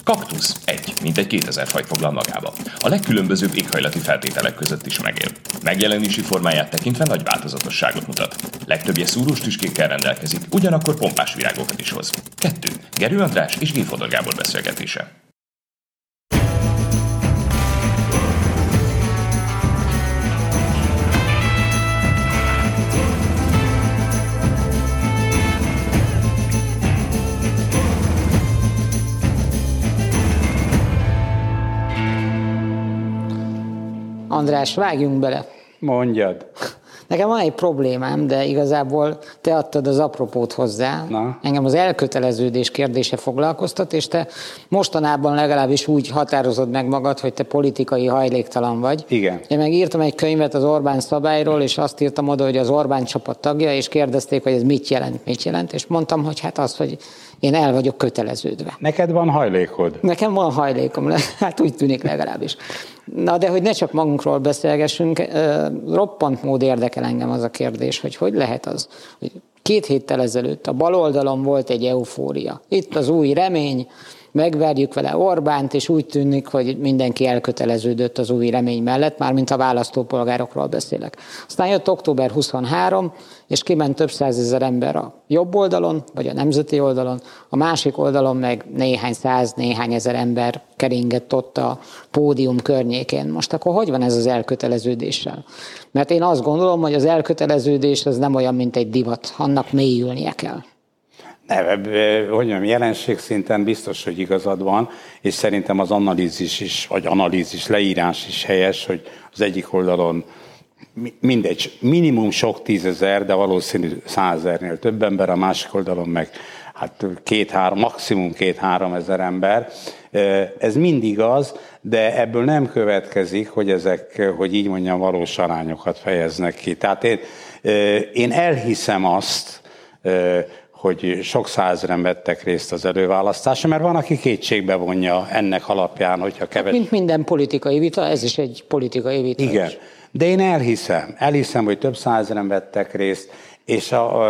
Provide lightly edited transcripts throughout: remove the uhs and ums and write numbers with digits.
Kaktusz mintegy 2000 fajt foglal magába. A legkülönbözőbb éghajlati feltételek között is megél. Megjelenési formáját tekintve nagy változatosságot mutat. Legtöbbje szúrós tüskékkel rendelkezik, ugyanakkor pompás virágokat is hoz. 2. Gerő András és G. Fodor Gábor beszélgetése. András, vágjunk bele. Mondjad. Nekem van egy problémám, de igazából te adtad az apropót hozzá. Na? Engem az elköteleződés kérdése foglalkoztat, és te mostanában legalábbis úgy határozod meg magad, hogy te politikai hajléktalan vagy. Igen. Én meg írtam egy könyvet az Orbán szabályról, és azt írtam oda, hogy az Orbán csapat tagja, és kérdezték, hogy ez mit jelent, és mondtam, hogy hát az, hogy én el vagyok köteleződve. Neked van hajlékod? Nekem van hajlékom, hát úgy tűnik legalábbis. Na de hogy ne csak magunkról beszélgessünk, roppant mód érdekel engem az a kérdés, hogy lehet az, hogy 2 héttel ezelőtt a bal oldalon volt egy eufória. Itt az új remény, megverjük vele Orbánt, és úgy tűnik, hogy mindenki elköteleződött az új remény mellett, mármint a választópolgárokról beszélek. Aztán jött október 23, és kiment több százezer ember a jobb oldalon, vagy a nemzeti oldalon, a másik oldalon meg néhány száz, néhány ezer ember keringett ott a pódium környékén. Most akkor hogy van ez az elköteleződéssel? Mert én azt gondolom, hogy az elköteleződés az nem olyan, mint egy divat, annak mélyülnie kell. Hogy mondjam, jelenség-szinten biztos, hogy igazad van, és szerintem az analízis, leírás is helyes, hogy az egyik oldalon mindegy, minimum sok 10 000, de valószínű 100 000-nél több ember, a másik oldalon meg hát 2-3, maximum 2-3 ezer ember. Ez mind igaz, de ebből nem következik, hogy ezek, hogy így mondjam, valós arányokat fejeznek ki. Tehát én elhiszem azt, hogy sok százezren vettek részt az előválasztáson, mert van, aki kétségbe vonja ennek alapján, hogyha kevés... Mint minden politikai vita, ez is egy politikai vita. Igen, is. De én elhiszem, hogy több százezren vettek részt, és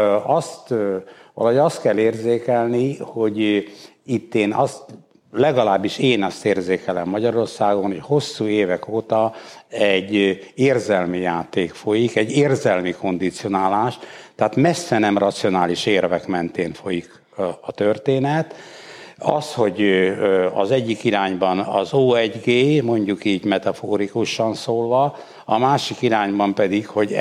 valahogy azt kell érzékelni, hogy itt legalábbis én azt érzékelem Magyarországon, hogy hosszú évek óta egy érzelmi játék folyik, egy érzelmi kondicionálás, tehát messze nem racionális érvek mentén folyik a történet. Az, hogy az egyik irányban az O1G, mondjuk így metaforikusan szólva, a másik irányban pedig, hogy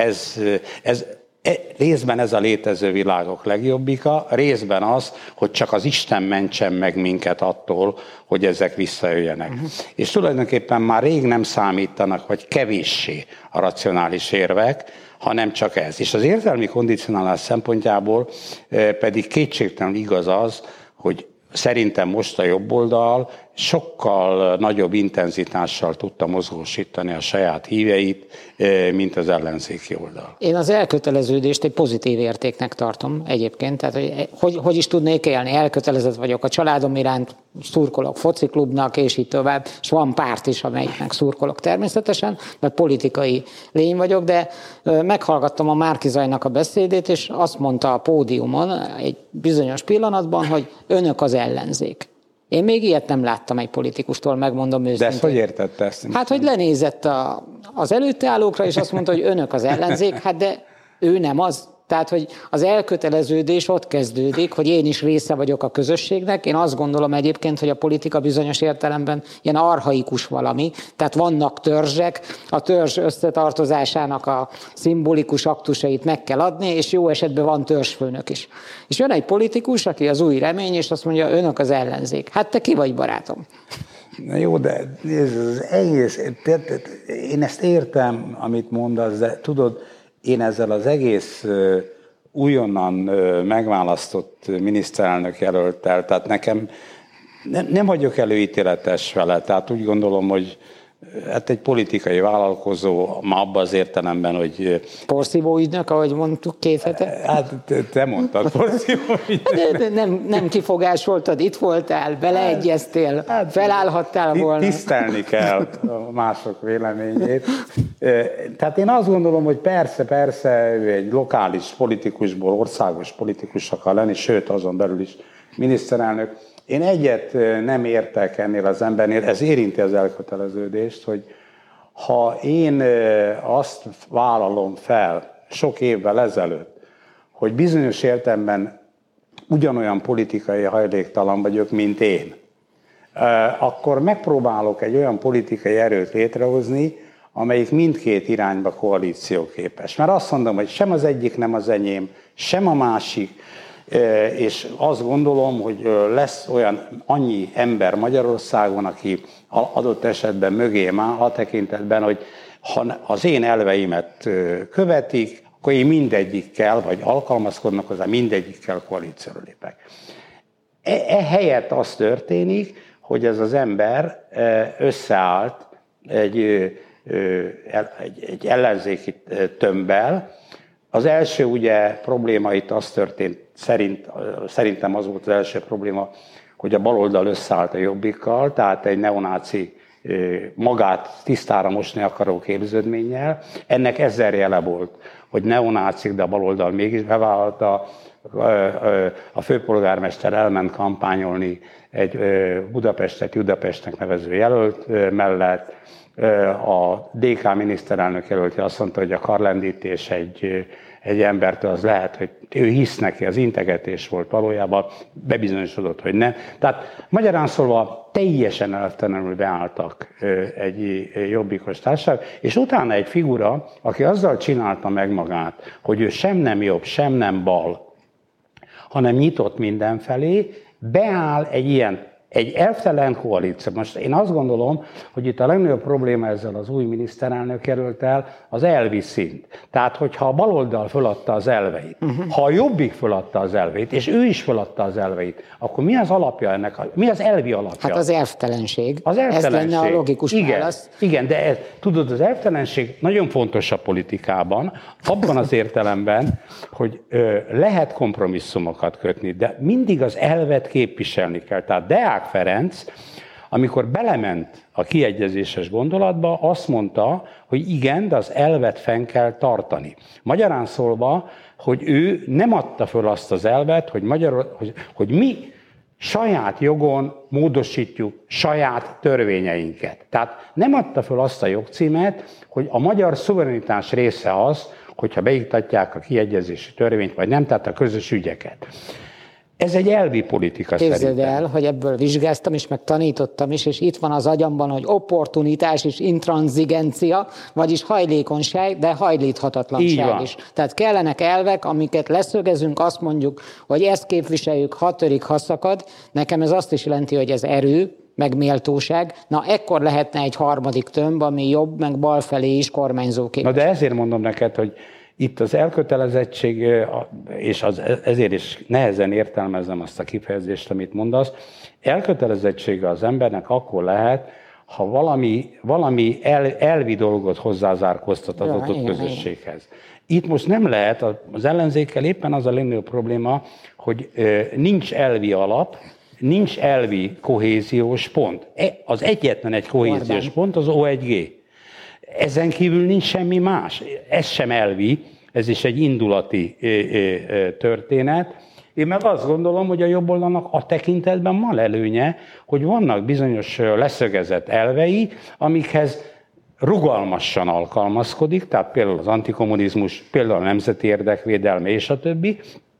részben ez a létező világok legjobbika, részben az, hogy csak az Isten mentsen meg minket attól, hogy ezek visszajöjjenek. És tulajdonképpen már rég nem számítanak, vagy kevéssé a racionális érvek, hanem csak ez. És az érzelmi kondicionálás szempontjából pedig kétségtelenül igaz az, hogy szerintem most a jobb oldal sokkal nagyobb intenzitással tudta mozgósítani a saját híveit, mint az ellenzéki oldal. Én az elköteleződést egy pozitív értéknek tartom egyébként, tehát hogy is tudnék élni, elkötelezett vagyok a családom iránt, szurkolok fociklubnak, és így tovább, és van párt is, amelyiknek szurkolok természetesen, mert politikai lény vagyok, de meghallgattam a Márki-Zaynak a beszédét, és azt mondta a pódiumon egy bizonyos pillanatban, hogy önök az ellenzék. Én még ilyet nem láttam egy politikustól, megmondom őszintén. De ezt hogy értette ezt? Hát, hogy lenézett az előtte állókra, és azt mondta, hogy önök az ellenzék, hát de ő nem az. Tehát, hogy az elköteleződés ott kezdődik, hogy én is része vagyok a közösségnek. Én azt gondolom egyébként, hogy a politika bizonyos értelemben ilyen archaikus valami. Tehát vannak törzsek, a törzs összetartozásának a szimbolikus aktusait meg kell adni, és jó esetben van törzsfőnök is. És jön egy politikus, aki az új remény, és azt mondja, önök az ellenzék. Hát te ki vagy, barátom? Na jó, de ez az egész, én ezt értem, amit mondasz, de tudod, én ezzel az egész újonnan megválasztott miniszterelnök jelölttel, tehát nekem nem vagyok előítéletes vele, tehát úgy gondolom, hogy hát egy politikai vállalkozó, ma abban az értelemben, hogy... Porszívó ügynök, ahogy mondtuk 2 hete? Hát te mondtad, porszívó ügynök. De nem kifogásoltad, itt voltál, beleegyeztél, felállhattál volna. Tisztelni kell a mások véleményét. Tehát én azt gondolom, hogy persze, ő egy lokális politikusból országos politikus akar lenni, sőt azon belül is miniszterelnök, Én egyet nem értek ennél az embernél, ez érinti az elköteleződést, hogy ha én azt vállalom fel sok évvel ezelőtt, hogy bizonyos értelemben ugyanolyan politikai hajléktalan vagyok, mint én, akkor megpróbálok egy olyan politikai erőt létrehozni, amelyik mindkét irányba koalícióképes. Mert azt mondom, hogy sem az egyik nem az enyém, sem a másik, és azt gondolom, hogy lesz olyan annyi ember Magyarországon, aki adott esetben mögém áll, a tekintetben, hogy ha az én elveimet követik, akkor én mindegyikkel, vagy alkalmazkodnak hozzá, mindegyikkel koalícióra lépek. Helyett az történik, hogy ez az ember összeállt egy ellenzéki tömbbel. Az első ugye probléma itt az történt, szerintem az volt az első probléma, hogy a baloldal összeállt a Jobbikkal, tehát egy neonáci magát tisztára mosni akaró képződménnyel. Ennek 1000 jele volt, hogy neonácik, de a baloldal mégis bevállalta. A főpolgármester elment kampányolni egy Budapestet Judapestnek nevező jelölt mellett. A DK miniszterelnök jelöltje azt mondta, hogy a karlendítés egy embertől az lehet, hogy ő hisz neki, az integetés volt valójában, bebizonyosodott, hogy nem. Tehát magyarán szólva teljesen elvtelenül beálltak egy jobbikos társaság, és utána egy figura, aki azzal csinálta meg magát, hogy ő sem nem jobb, sem nem bal, hanem nyitott mindenfelé, beáll egy elvtelen koalíció. Most én azt gondolom, hogy itt a legnagyobb probléma ezzel az új miniszterelnök jelölttel az elvi szint. Tehát, hogyha a baloldal föladta az elveit, ha a Jobbik föladta az elveit, és ő is föladta az elveit, akkor mi az alapja ennek? Mi az elvi alapja? Hát az elvtelenség. Az elvtelenség. Ez lenne a logikus válasz. Igen, de tudod, az elvtelenség nagyon fontos a politikában, abban az értelemben, hogy lehet kompromisszumokat kötni, de mindig az elvet képviselni kell. Tehát Deák Ferenc, amikor belement a kiegyezéses gondolatba, azt mondta, hogy igen, de az elvet fenn kell tartani. Magyarán szólva, hogy ő nem adta föl azt az elvet, hogy mi saját jogon módosítjuk saját törvényeinket. Tehát nem adta föl azt a jogcímet, hogy a magyar szuverenitás része az, hogyha beiktatják a kiegyezési törvényt, vagy nem, tehát a közös ügyeket. Ez egy elvi politika szerintem. Képzeld el, hogy ebből vizsgáztam is, meg tanítottam is, és itt van az agyamban, hogy opportunitás és intranzigencia, vagyis hajlékonyság, de hajlíthatatlanság is. Tehát kellenek elvek, amiket leszögezünk, azt mondjuk, hogy ezt képviseljük, ha törik, ha szakad. Nekem ez azt is jelenti, hogy ez erő, meg méltóság. Na, ekkor lehetne egy harmadik tömb, ami jobb, meg bal felé is kormányzóképes. Na, de ezért mondom neked, hogy itt az elkötelezettség, és ezért is nehezen értelmezem azt a kifejezést, amit mondasz, elkötelezettsége az embernek akkor lehet, ha valami elvi dolgot hozzázárkóztat az adott közösséghez. Itt most nem lehet, az ellenzékkel éppen az a legnagyobb probléma, hogy nincs elvi alap, nincs elvi kohéziós pont. Az egyetlen egy kohéziós pont az O1G. Ezen kívül nincs semmi más. Ez sem elvi, ez is egy indulati történet. Én meg azt gondolom, hogy a jobboldalnak a tekintetben van előnye, hogy vannak bizonyos leszögezett elvei, amikhez rugalmasan alkalmazkodik, tehát például az antikommunizmus, például a nemzeti érdekvédelme és a többi.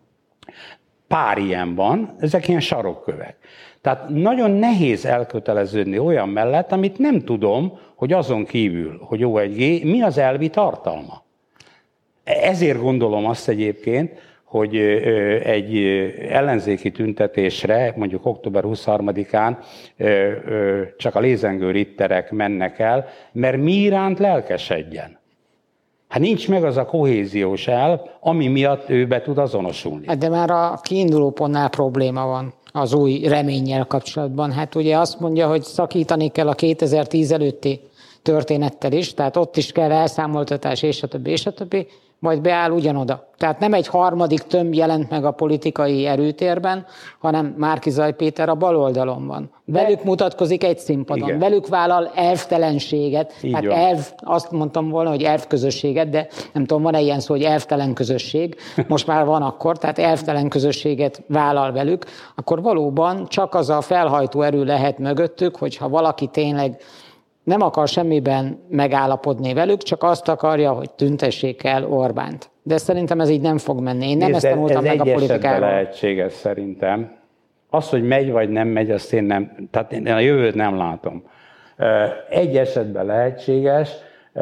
Pár ilyen van, ezek ilyen sarokkövek. Tehát nagyon nehéz elköteleződni olyan mellett, amit nem tudom, hogy azon kívül, hogy O1G, mi az elvi tartalma. Ezért gondolom azt egyébként, hogy egy ellenzéki tüntetésre, mondjuk október 23-án csak a lézengő ritterek mennek el, mert mi iránt lelkesedjen. Hát nincs meg az a kohéziós elv, ami miatt ő be tud azonosulni. De már a kiindulópontnál probléma van az új reménnyel kapcsolatban. Hát ugye azt mondja, hogy szakítani kell a 2010 előtti történettel is, tehát ott is kell elszámoltatás, és a többi, és a többi. majd beáll ugyanoda. Tehát nem egy harmadik tömb jelent meg a politikai erőtérben, hanem Márki-Zay Péter a bal oldalon van. Velük mutatkozik egy színpadon, igen. Velük vállal elvtelenséget. Hát azt mondtam volna, hogy elvközösséget, de nem tudom, van-e ilyen szó, hogy elvtelen közösség. Most már van akkor, tehát elvtelen közösséget vállal velük, akkor valóban csak az a felhajtó erő lehet mögöttük, hogyha valaki tényleg nem akar semmiben megállapodni velük, csak azt akarja, hogy tüntessék el Orbánt. De szerintem ez így nem fog menni. Én nem ezt tanultam meg a politikáról. Ez lehetséges szerintem. Az, hogy megy vagy nem megy, azt én nem, tehát én a jövőt nem látom. Egy esetben lehetséges,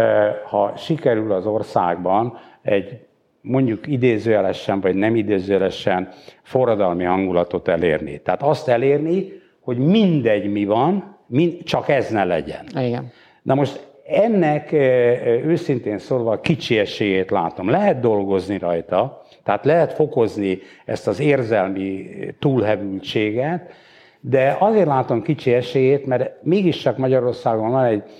ha sikerül az országban egy mondjuk idézőjelesen vagy nem idézőjelesen forradalmi hangulatot elérni. Tehát azt elérni, hogy mindegy mi van, csak ez ne legyen. Igen. Na most ennek őszintén szólva kicsi esélyét látom. Lehet dolgozni rajta, tehát lehet fokozni ezt az érzelmi túlhevültséget, de azért látom kicsi esélyét, mert mégiscsak Magyarországon van egy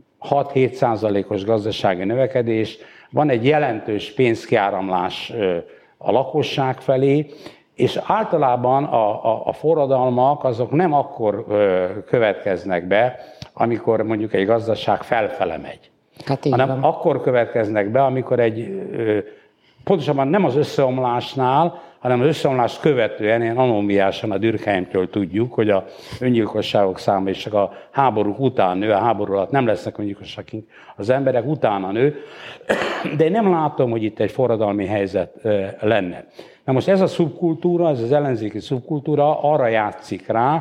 6-7%-os gazdasági növekedés, van egy jelentős pénzkiáramlás a lakosság felé, és általában a forradalmak azok nem akkor következnek be, amikor mondjuk egy gazdaság felfele megy. Hanem akkor következnek be, amikor pontosabban nem az összeomlásnál, hanem az összeomlást követően, ilyen anómiásan a Durkheimtől tudjuk, hogy a öngyilkosságok száma is csak a háborúk után nő, a háború alatt nem lesznek öngyilkosságok, az emberek utána nő, de én nem látom, hogy itt egy forradalmi helyzet lenne. Na most ez a szubkultúra, ez az ellenzéki szubkultúra arra játszik rá,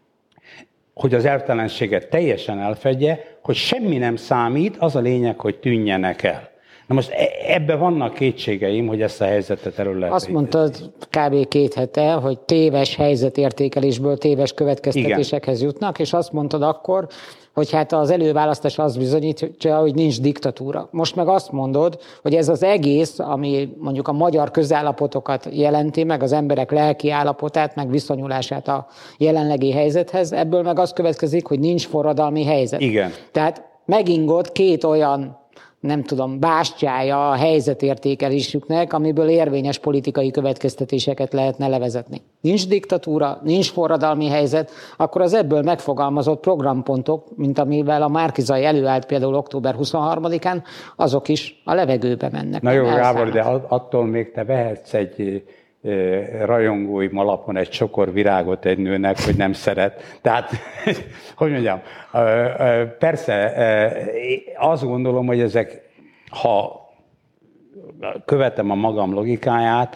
hogy az elvtelenséget teljesen elfedje, hogy semmi nem számít, az a lényeg, hogy tűnjenek el. Na most ebben vannak kétségeim, hogy ezt a helyzetet erről lehet. Azt mondtad kb. 2 hete, hogy téves helyzetértékelésből téves következtetésekhez jutnak, és azt mondtad akkor, hogy hát az előválasztás az bizonyítja, hogy nincs diktatúra. Most meg azt mondod, hogy ez az egész, ami mondjuk a magyar közállapotokat jelenti, meg az emberek lelki állapotát, meg viszonyulását a jelenlegi helyzethez, ebből meg az következik, hogy nincs forradalmi helyzet. Igen. Tehát megingott 2 olyan, nem tudom, bástyája a helyzetértékelésüknek, amiből érvényes politikai következtetéseket lehetne levezetni. Nincs diktatúra, nincs forradalmi helyzet, akkor az ebből megfogalmazott programpontok, mint amivel a Márki-Zay előállt például október 23-án, azok is a levegőbe mennek. Na jó, Gábor, de attól még te vehetsz egy rajongói alapon egy csokor virágot egy nőnek, hogy nem szeret. Tehát, hogy mondjam, persze azt gondolom, hogy ezek, ha követem a magam logikáját,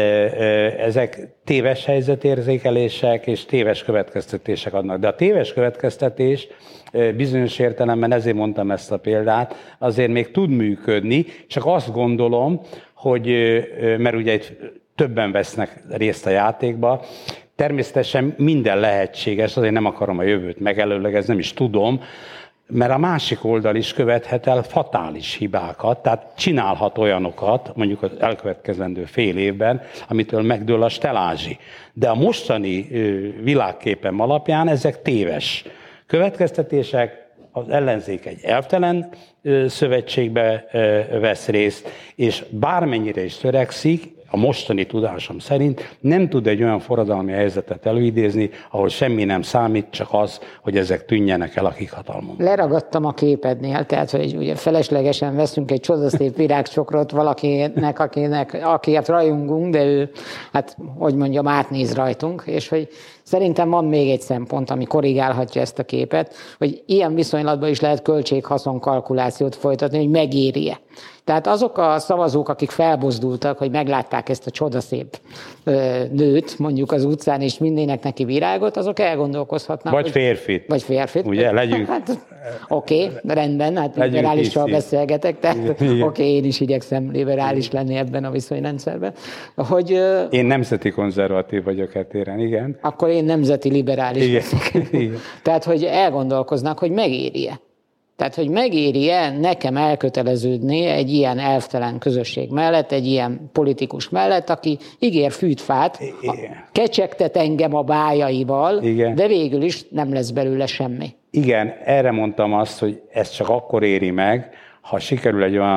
ezek téves helyzetérzékelések és téves következtetések adnak. De a téves következtetés bizonyos értelemben, ezért mondtam ezt a példát, azért még tud működni, csak azt gondolom, hogy, mert ugye itt többen vesznek részt a játékba, természetesen minden lehetséges, azért nem akarom a jövőt megelőlegezni, nem is tudom, mert a másik oldal is követhet el fatális hibákat, tehát csinálhat olyanokat, mondjuk az elkövetkezendő fél évben, amitől megdől a stelázsi. De a mostani világképem alapján ezek téves következtetések, az ellenzék egy elvtelen szövetségbe vesz részt, és bármennyire is törekszik, a mostani tudásom szerint nem tud egy olyan forradalmi helyzetet előidézni, ahol semmi nem számít, csak az, hogy ezek tűnjenek el, akik hatalmon. Leragadtam a képednél, tehát hogy ugye feleslegesen veszünk egy csodaszép virágcsokrot valakinek, akiért rajongunk, de ő, hát hogy mondjam, átnéz rajtunk, és hogy szerintem van még egy szempont, ami korrigálhatja ezt a képet, hogy ilyen viszonylatban is lehet költség-haszon kalkulációt folytatni, hogy megéri-e. Tehát azok a szavazók, akik felbozdultak, hogy meglátták ezt a csodaszép nőt, mondjuk az utcán, és mindennek neki virágot, azok elgondolkozhatnak. Vagy férfit. Vagy férfit. Ugye, legyünk. Hát, oké, rendben, hát liberálissal beszélgetek, tehát oké, én is igyekszem liberális lenni ebben a viszonyrendszerben. Hogy, én nemzeti konzervatív vagyok etéren, igen. Akkor én nemzeti liberális igen. igen. Tehát, hogy elgondolkoznak, hogy megéri-e. Tehát, hogy megéri-e nekem elköteleződni egy ilyen elvtelen közösség mellett, egy ilyen politikus mellett, aki ígér fűtfát, kecsegtet engem a bájaival, igen. De végül is nem lesz belőle semmi. Igen, erre mondtam azt, hogy ez csak akkor éri meg, ha sikerül egy olyan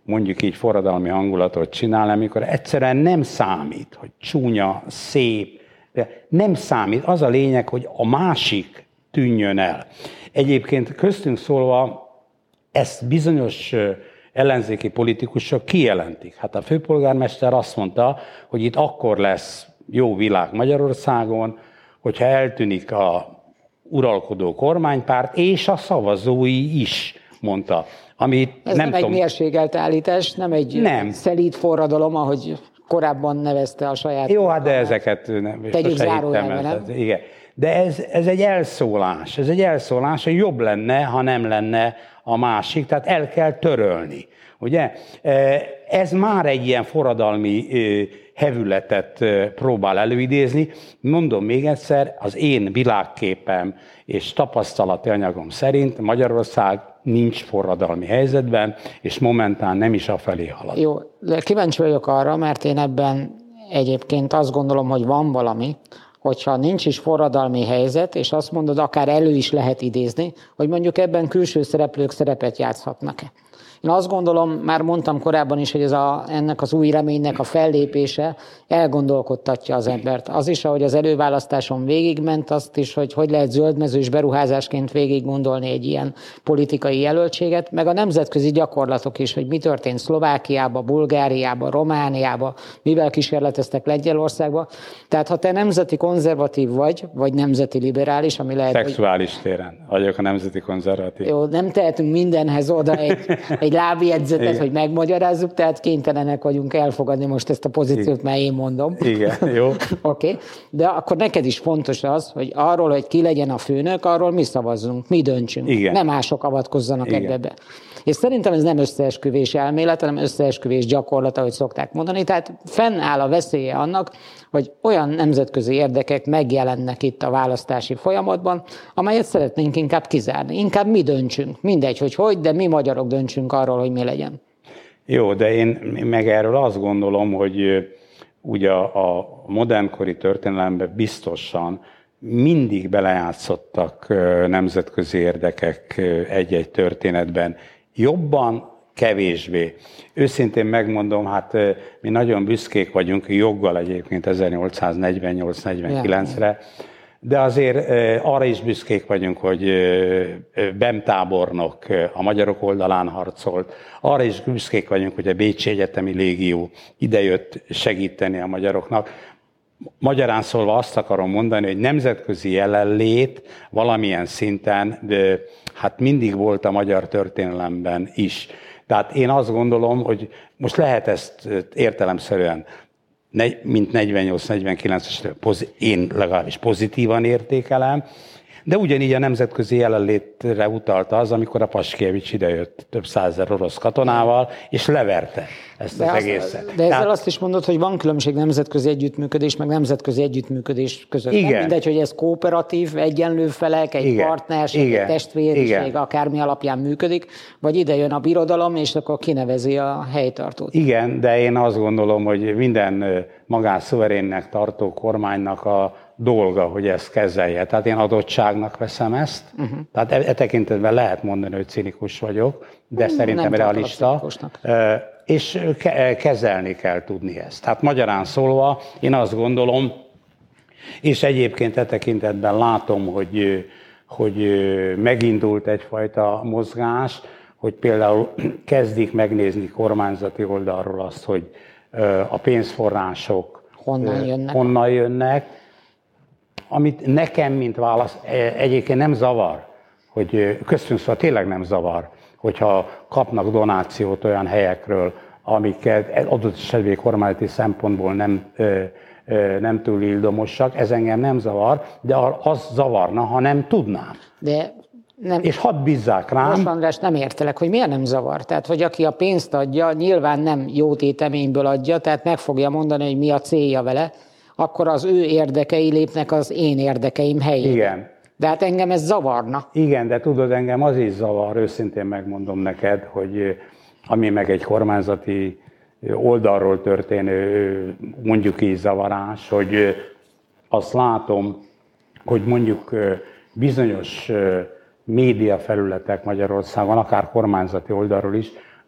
mondjuk így forradalmi hangulatot csinál, amikor egyszerűen nem számít, hogy csúnya, szép, de nem számít. Az a lényeg, hogy a másik tűnjön el. Egyébként köztünk szólva ezt bizonyos ellenzéki politikusok kijelentik. Hát a főpolgármester azt mondta, hogy itt akkor lesz jó világ Magyarországon, hogyha eltűnik a uralkodó kormánypárt, és a szavazói is, mondta. Amit ez nem egy mérsékelt állítás, nem egy szelíd forradalom, ahogy korábban nevezte a saját... Jó, hát de ezeket tegyük zárójelbe, nem? Igen. De ez egy elszólás, hogy jobb lenne, ha nem lenne a másik, tehát el kell törölni. Ugye? Ez már egy ilyen forradalmi hevületet próbál előidézni. Mondom még egyszer, az én világképem és tapasztalati anyagom szerint Magyarország nincs forradalmi helyzetben, és momentán nem is afelé halad. Jó, de kíváncsi vagyok arra, mert én ebben egyébként azt gondolom, hogy van valami, hogyha nincs is forradalmi helyzet, és azt mondod, akár elő is lehet idézni, hogy mondjuk ebben külső szereplők szerepet játszhatnak-e. Én azt gondolom, már mondtam korábban is, hogy ennek az új reménynek a fellépése elgondolkodtatja az embert. Az is, ahogy az előválasztáson végigment, azt is, hogy lehet zöldmezős beruházásként végig gondolni egy ilyen politikai jelöltséget, meg a nemzetközi gyakorlatok is, hogy mi történt Szlovákiába, Bulgáriába, Romániába, mivel kísérleteztek Lengyelországba. Tehát ha te nemzeti konzervatív vagy nemzeti liberális, ami lehet... Szexuális téren vagyok a nemzeti konzervatív. Jó, nem tehetünk mindenhez oda egy lábjegyzetet, hogy megmagyarázzuk, tehát kénytelenek vagyunk elfogadni most ezt a pozíciót, mert én mondom. Igen, jó. Oké. De akkor neked is fontos az, hogy arról, hogy ki legyen a főnök, arról mi szavazzunk, mi döntsünk. Igen. Nem mások avatkozzanak ebbe. És szerintem ez nem összeesküvés elmélet, hanem összeesküvés gyakorlat, ahogy szokták mondani. Tehát fennáll a veszélye annak, hogy olyan nemzetközi érdekek megjelennek itt a választási folyamatban, amelyet szeretnénk inkább kizárni. Inkább mi döntsünk. Mindegy, hogy, de mi magyarok döntsünk arról, hogy mi legyen. Jó, de én meg erről azt gondolom, hogy ugye a modernkori történelemben biztosan mindig belejátszottak nemzetközi érdekek egy-egy történetben. Jobban, kevésbé. Őszintén megmondom, hát mi nagyon büszkék vagyunk, joggal egyébként 1848-49-re, de azért arra is büszkék vagyunk, hogy Bem tábornok a magyarok oldalán harcolt, arra is büszkék vagyunk, hogy a Bécsi Egyetemi Légió idejött segíteni a magyaroknak. Magyarán szólva azt akarom mondani, hogy nemzetközi jelenlét valamilyen szinten hát mindig volt a magyar történelemben is. Tehát én azt gondolom, hogy most lehet ezt értelemszerűen, mint 48-49-es, én legalábbis pozitívan értékelem, de ugyanígy a nemzetközi jelenlétre utalta az, amikor a Paskievics idejött több százezer orosz katonával, és leverte ezt az egészet. De ezzel azt is mondod, hogy van különbség nemzetközi együttműködés, meg nemzetközi együttműködés között. Igen. Nem mindegy, hogy ez kooperatív, egyenlő felek, egy partnerség, egy testvériség, akármi alapján működik, vagy ide jön a birodalom, és akkor kinevezi a helytartót. Igen, de én azt gondolom, hogy minden magánszuverénnek tartó kormánynak a dolga, hogy ezt kezelje. Tehát én adottságnak veszem ezt. Tehát e tekintetben lehet mondani, hogy cinikus vagyok, de szerintem realista. És kezelni kell tudni ezt. Tehát magyarán szólva, én azt gondolom, és egyébként e tekintetben látom, hogy megindult egyfajta mozgás, hogy például kezdik megnézni kormányzati oldalról azt, hogy a pénzforrások honnan jönnek, amit nekem, mint válasz, egyébként nem zavar, hogy köztünk szóval tényleg nem zavar, hogyha kapnak donációt olyan helyekről, amiket adott esetben kormányzati szempontból nem túl ildomosak, ez engem nem zavar, de az zavarna, ha nem tudnám. De nem. És hadd bízzák rám. Most András, nem értelek, hogy miért nem zavar. Tehát, hogy aki a pénzt adja, nyilván nem jó téteményből adja, tehát meg fogja mondani, hogy mi a célja vele, akkor az ő érdekei lépnek az én érdekeim helyébe. Igen. De hát engem ez zavarna. Igen, de tudod, engem az is zavar, őszintén megmondom neked, hogy ami meg egy kormányzati oldalról történő, mondjuk így zavarás, hogy azt látom, hogy mondjuk bizonyos médiafelületek Magyarországon, akár kormányzati oldalról is,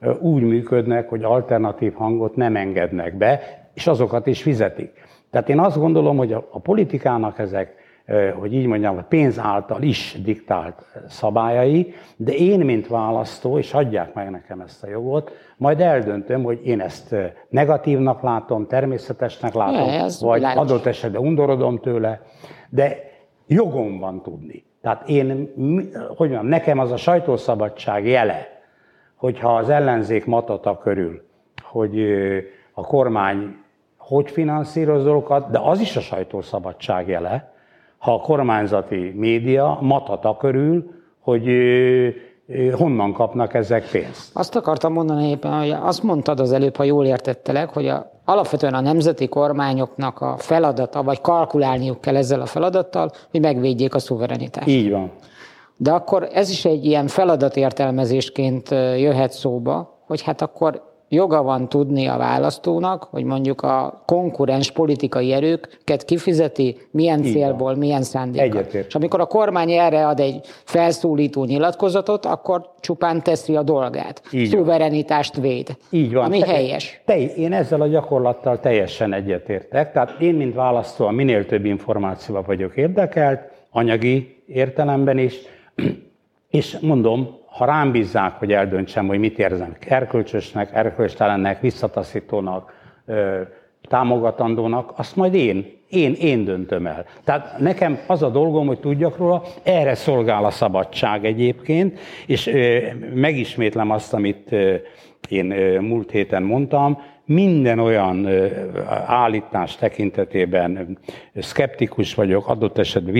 úgy működnek, hogy alternatív hangot nem engednek be, és azokat is fizetik. Tehát én azt gondolom, hogy a politikának ezek, hogy így mondjam, a pénz által is diktált szabályai, de én, mint választó, és adják meg nekem ezt a jogot, majd eldöntöm, hogy én ezt negatívnak látom, természetesnek látom, vagy adott esetben undorodom tőle, de jogom van tudni. Tehát én, hogy mondjam, nekem az a sajtószabadság jele, hogyha az ellenzék matata körül, hogy a kormány hogy finanszíroz dolgokat, de az is a sajtószabadság jele, ha a kormányzati média matata körül, hogy honnan kapnak ezek pénzt. Azt akartam mondani éppen, hogy azt mondtad az előbb, ha jól értettelek, hogy alapvetően a nemzeti kormányoknak a feladata, vagy kalkulálniuk kell ezzel a feladattal, hogy megvédjék a szuverenitást. Így van. De akkor ez is egy ilyen feladatértelmezésként jöhet szóba, hogy hát akkor joga van tudni a választónak, hogy mondjuk a konkurens politikai erőket kifizeti, milyen célból, milyen szándékkal. És amikor a kormány erre ad egy felszólító nyilatkozatot, akkor csupán teszi a dolgát. Szuverenitást véd. Így van. Ami helyes. Én ezzel a gyakorlattal teljesen egyetértek. Tehát én, mint választó, minél több információval vagyok érdekelt, anyagi értelemben is, és mondom, ha rám bízzák, hogy eldöntsem, hogy mit érzem erkölcsösnek, erkölcstelennek, visszataszítónak, támogatandónak, azt majd én döntöm el. Tehát nekem az a dolgom, hogy tudjak róla, erre szolgál a szabadság egyébként, és megismétlem azt, amit én múlt héten mondtam, minden olyan állítás tekintetében szkeptikus vagyok, adott esetben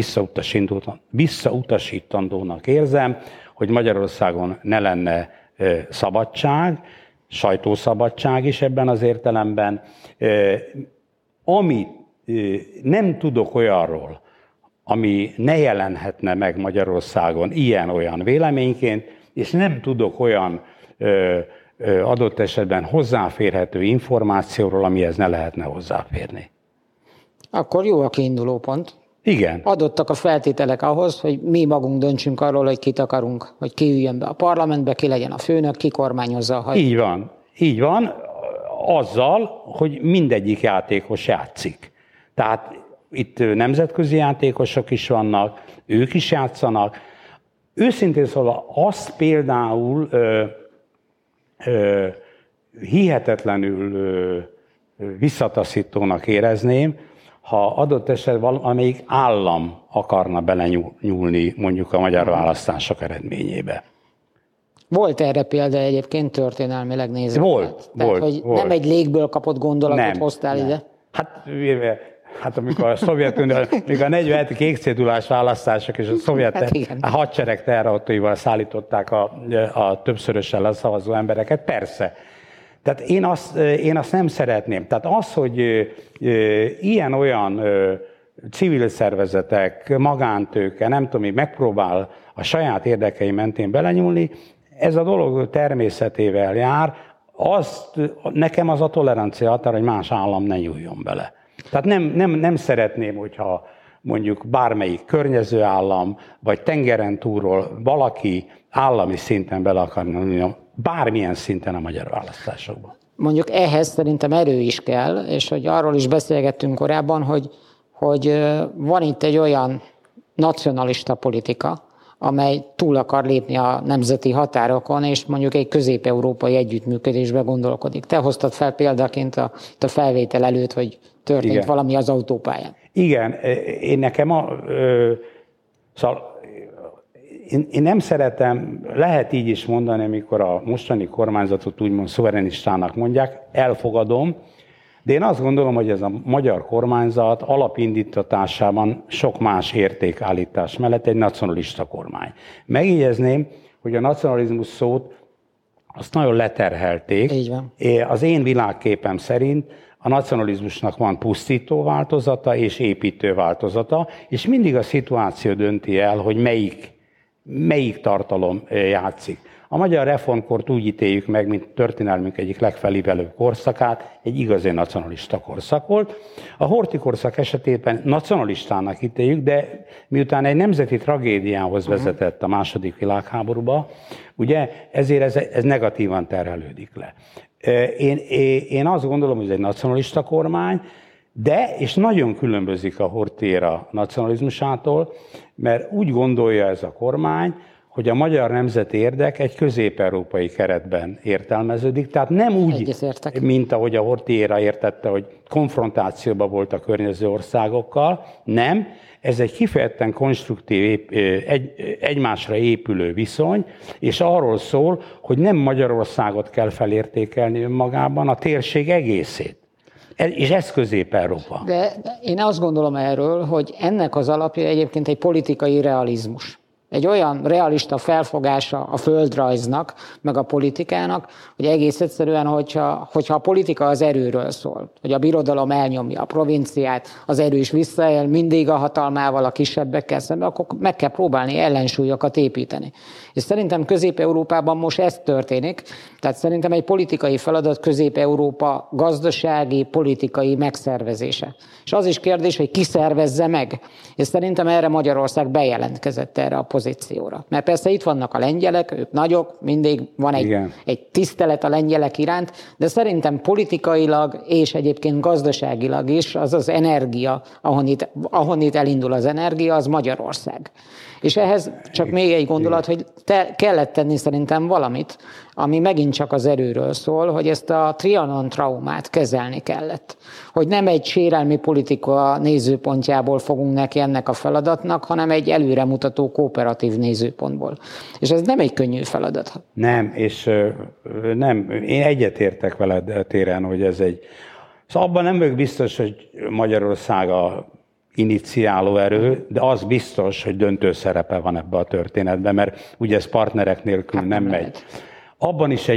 visszautasítandónak érzem, hogy Magyarországon ne lenne szabadság, sajtószabadság is ebben az értelemben. Amit nem tudok olyanról, ami ne jelenhetne meg Magyarországon ilyen-olyan véleményként, és nem tudok olyan adott esetben hozzáférhető információról, amihez ne lehetne hozzáférni. Akkor jó a kiinduló pont. Igen. Adottak a feltételek ahhoz, hogy mi magunk döntsünk arról, hogy kit akarunk, hogy ki üljön be a parlamentbe, ki legyen a főnök, ki kormányozza a hajt. Így van, azzal, hogy mindegyik játékos játszik. Tehát itt nemzetközi játékosok is vannak, ők is játszanak. Őszintén szólva azt például hihetetlenül visszataszítónak érezném, ha adott esetben valamelyik állam akarna belenyúlni mondjuk a magyar választások eredményébe. Volt erre példa egyébként történelmileg nézve? Volt. Nem egy légből kapott gondolatot hoztál ide? Hát amikor a Szovjetunió, még a 47. kékcédulás választások és a szovjet hadsereg teherautóival szállították a többszörösen leszavazó embereket, persze. Tehát én azt nem szeretném. Tehát az, hogy ilyen-olyan civil szervezetek, magántőke, nem tudom, hogy megpróbál a saját érdekei mentén belenyúlni, ez a dolog természetével jár, nekem az a tolerancia határ, hogy más állam ne nyúljon bele. Tehát nem szeretném, hogyha mondjuk bármelyik környező állam, vagy tengeren túlról valaki állami szinten bele akarna nyúlni, bármilyen szinten a magyar választásokban. Mondjuk ehhez szerintem erő is kell, és hogy arról is beszélgettünk korábban, hogy van itt egy olyan nacionalista politika, amely túl akar lépni a nemzeti határokon, és mondjuk egy közép-európai együttműködésbe gondolkodik. Te hoztad fel példaként a felvétel előtt, hogy történt valami az autópályán. Igen, én nem szeretem, lehet így is mondani, amikor a mostani kormányzatot úgymond szuverenistának mondják, elfogadom, de én azt gondolom, hogy ez a magyar kormányzat alapindítatásában sok más értékállítás mellett egy nacionalista kormány. Megjegyezném, hogy a nacionalizmus szót azt nagyon leterhelték. Így van. Az én világképem szerint a nacionalizmusnak van pusztító változata és építő változata, és mindig a szituáció dönti el, hogy melyik tartalom játszik. A magyar reformkort úgy ítéljük meg, mint történelmünk egyik legfelívelőbb korszakát, egy igazi nacionalista korszak volt. A Horthy korszak esetében nacionalistának ítéljük, de miután egy nemzeti tragédiához vezetett a második világháborúba, ugye ezért ez negatívan terhelődik le. Én azt gondolom, hogy ez egy nacionalista kormány, és nagyon különbözik a Horthy-éra nacionalizmusától, mert úgy gondolja ez a kormány, hogy a magyar nemzeti érdek egy közép-európai keretben értelmeződik, tehát nem úgy, mint ahogy a Horthy-éra értette, hogy konfrontációban volt a környező országokkal, nem, ez egy kifejezetten konstruktív, egymásra épülő viszony, és arról szól, hogy nem Magyarországot kell felértékelni önmagában, a térség egészét. És ez Közép-Európa. De én azt gondolom erről, hogy ennek az alapja egyébként egy politikai realizmus. Egy olyan realista felfogása a földrajznak, meg a politikának, hogy egész egyszerűen, hogyha a politika az erőről szól, hogy a birodalom elnyomja a provinciát, az erős visszaél mindig a hatalmával, a kisebbekkel szemben, akkor meg kell próbálni ellensúlyokat építeni. És szerintem Közép-Európában most ez történik, tehát szerintem egy politikai feladat Közép-Európa gazdasági, politikai megszervezése. És az is kérdés, hogy ki szervezze meg. És szerintem erre Magyarország bejelentkezett erre a pozícióra. Mert persze itt vannak a lengyelek, ők nagyok, mindig van egy tisztelet a lengyelek iránt, de szerintem politikailag és egyébként gazdaságilag is az az energia, ahonnit elindul az energia, az Magyarország. És ehhez csak még egy gondolat, hogy kellett tenni szerintem valamit, ami megint csak az erőről szól, hogy ezt a Trianon traumát kezelni kellett. Hogy nem egy sérelmi politika nézőpontjából fogunk neki ennek a feladatnak, hanem egy előremutató kooperatív nézőpontból. És ez nem egy könnyű feladat. Nem, és nem, én egyetértek veled téren, hogy ez egy... Szóval abban nem vagyok biztos, hogy Magyarország a iniciáló erő, de az biztos, hogy döntő szerepe van ebbe a történetben, mert ugye ez partnerek nélkül nem megy. Abban is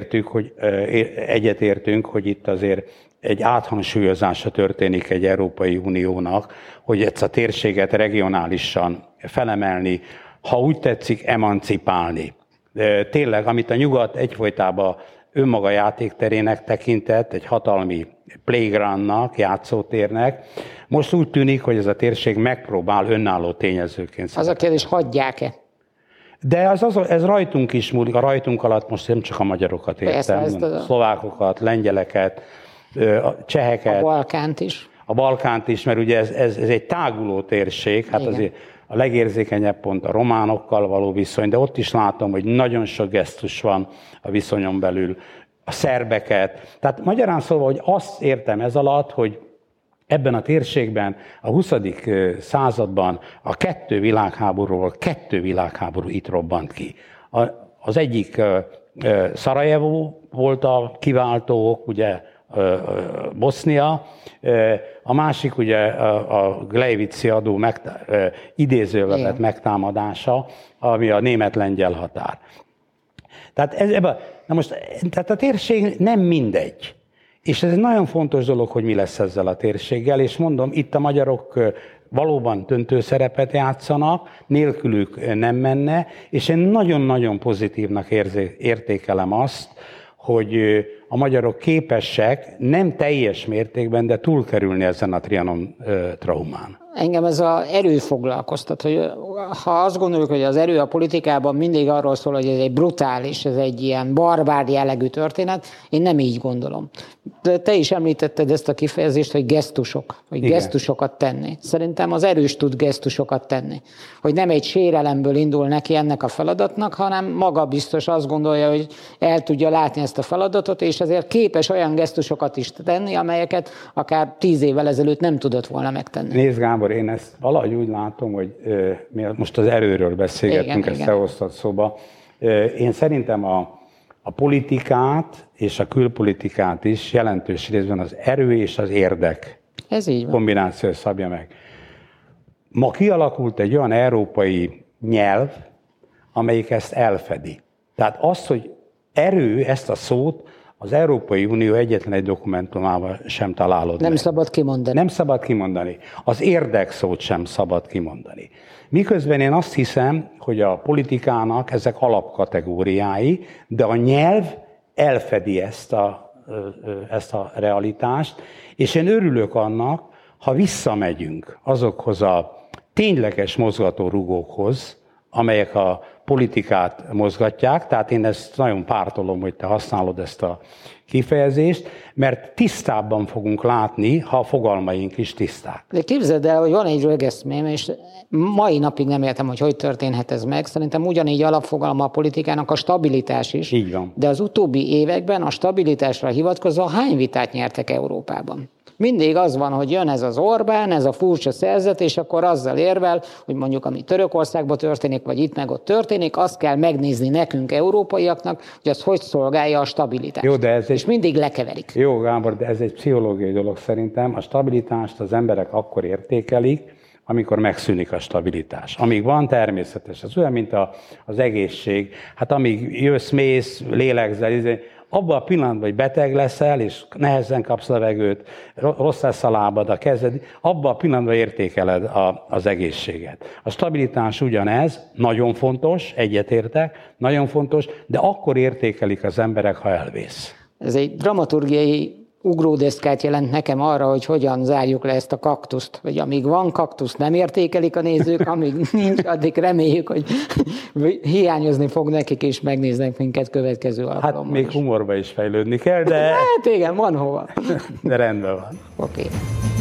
egyetértünk, hogy itt azért egy áthangsúlyozása történik egy Európai Uniónak, hogy ezt a térséget regionálisan felemelni, ha úgy tetszik, emancipálni. Tényleg, amit a nyugat egyfolytában önmaga játékterének tekintett, egy hatalmi playgroundnak, játszótérnek, most úgy tűnik, hogy ez a térség megpróbál önálló tényezőként. Az a kérdés, hagyják-e? De ez rajtunk is múlik, a rajtunk alatt most nem csak a magyarokat értem, a szlovákokat, lengyeleket, a cseheket. A Balkánt is. A Balkánt is, mert ugye ez egy táguló térség, hát igen. Azért a legérzékenyebb pont a románokkal való viszony, de ott is látom, hogy nagyon sok gesztus van a viszonyon belül, a szerbeket. Tehát magyarán szólva, hogy azt értem ez alatt, hogy ebben a térségben a 20. században a kettő világháború itt robbant ki. Az egyik Szarajevó volt a kiváltó, ugye Bosznia, a másik ugye a Gleivici adó idézőlevet megtámadása, ami a német-lengyel határ. Tehát, tehát a térség nem mindegy. És ez egy nagyon fontos dolog, hogy mi lesz ezzel a térséggel, és mondom, itt a magyarok valóban döntő szerepet játszanak, nélkülük nem menne, és én nagyon-nagyon pozitívnak értékelem azt, hogy a magyarok képesek nem teljes mértékben, de túlkerülni ezen a Trianon traumán. Engem ez az erő foglalkoztat, hogy ha azt gondoljuk, hogy az erő a politikában mindig arról szól, hogy ez egy brutális, ez egy ilyen barbár jellegű történet, én nem így gondolom. De te is említetted ezt a kifejezést, hogy gesztusok, hogy igen. Gesztusokat tenni. Szerintem az erős tud gesztusokat tenni. Hogy nem egy sérelemből indul neki ennek a feladatnak, hanem maga biztos azt gondolja, hogy el tudja látni ezt a feladatot, és ezért képes olyan gesztusokat is tenni, amelyeket akár 10 évvel ezelőtt nem tudott volna megtenni. Nézd Gábor, én ezt valahogy úgy látom, hogy most az erőről beszélgettünk, ezt elhoztad szóba. Én szerintem a politikát és a külpolitikát is jelentős részben az erő és az érdek kombináció szabja meg. Ma kialakult egy olyan európai nyelv, amelyik ezt elfedi. Tehát az, hogy erő, ezt a szót az Európai Unió egyetlen egy dokumentumában sem találod Nem meg. szabad kimondani. Nem szabad kimondani. Az érdekszót sem szabad kimondani. Miközben én azt hiszem, hogy a politikának ezek alapkategóriái, de a nyelv elfedi ezt a realitást, és én örülök annak, ha visszamegyünk azokhoz a tényleges mozgatórugókhoz, amelyek a politikát mozgatják, tehát én ezt nagyon pártolom, hogy te használod ezt a kifejezést, mert tisztábban fogunk látni, ha a fogalmaink is tiszták. De képzeld el, hogy van egy rögeszmém, és mai napig nem értem, hogy történhet ez meg. Szerintem ugyanígy alapfogalma a politikának a stabilitás is. Így van. De az utóbbi években a stabilitásra hivatkozva hány vitát nyertek Európában? Mindig az van, hogy jön ez az Orbán, ez a furcsa szerzet, és akkor azzal érvel, hogy mondjuk ami Törökországban történik, vagy itt meg ott történik, azt kell megnézni nekünk, európaiaknak, hogy az hogy szolgálja a stabilitást. Jó, de és mindig lekeverik. Jó, Gábor, de ez egy pszichológiai dolog szerintem. A stabilitást az emberek akkor értékelik, amikor megszűnik a stabilitás. Amíg van, természetes. Ez olyan, mint az egészség. Hát amíg jössz-mész, lélegzel, abban a pillanatban, hogy beteg leszel, és nehezen kapsz levegőt, rossz lesz a lábad, a kezed, abban a pillanatban értékeled az egészséget. A stabilitás ugyanez, nagyon fontos, egyetértek, nagyon fontos, de akkor értékelik az emberek, ha elvész. Ez egy dramaturgiai ugródeszkát jelent nekem arra, hogy hogyan zárjuk le ezt a kaktuszt. Hogy amíg van kaktusz, nem értékelik a nézők, amíg nincs, addig reméljük, hogy hiányozni fog nekik, és megnéznek minket következő alkalommal. Hát még humorba is fejlődni kell, de... Hát igen, van hova. De rendben van. Oké.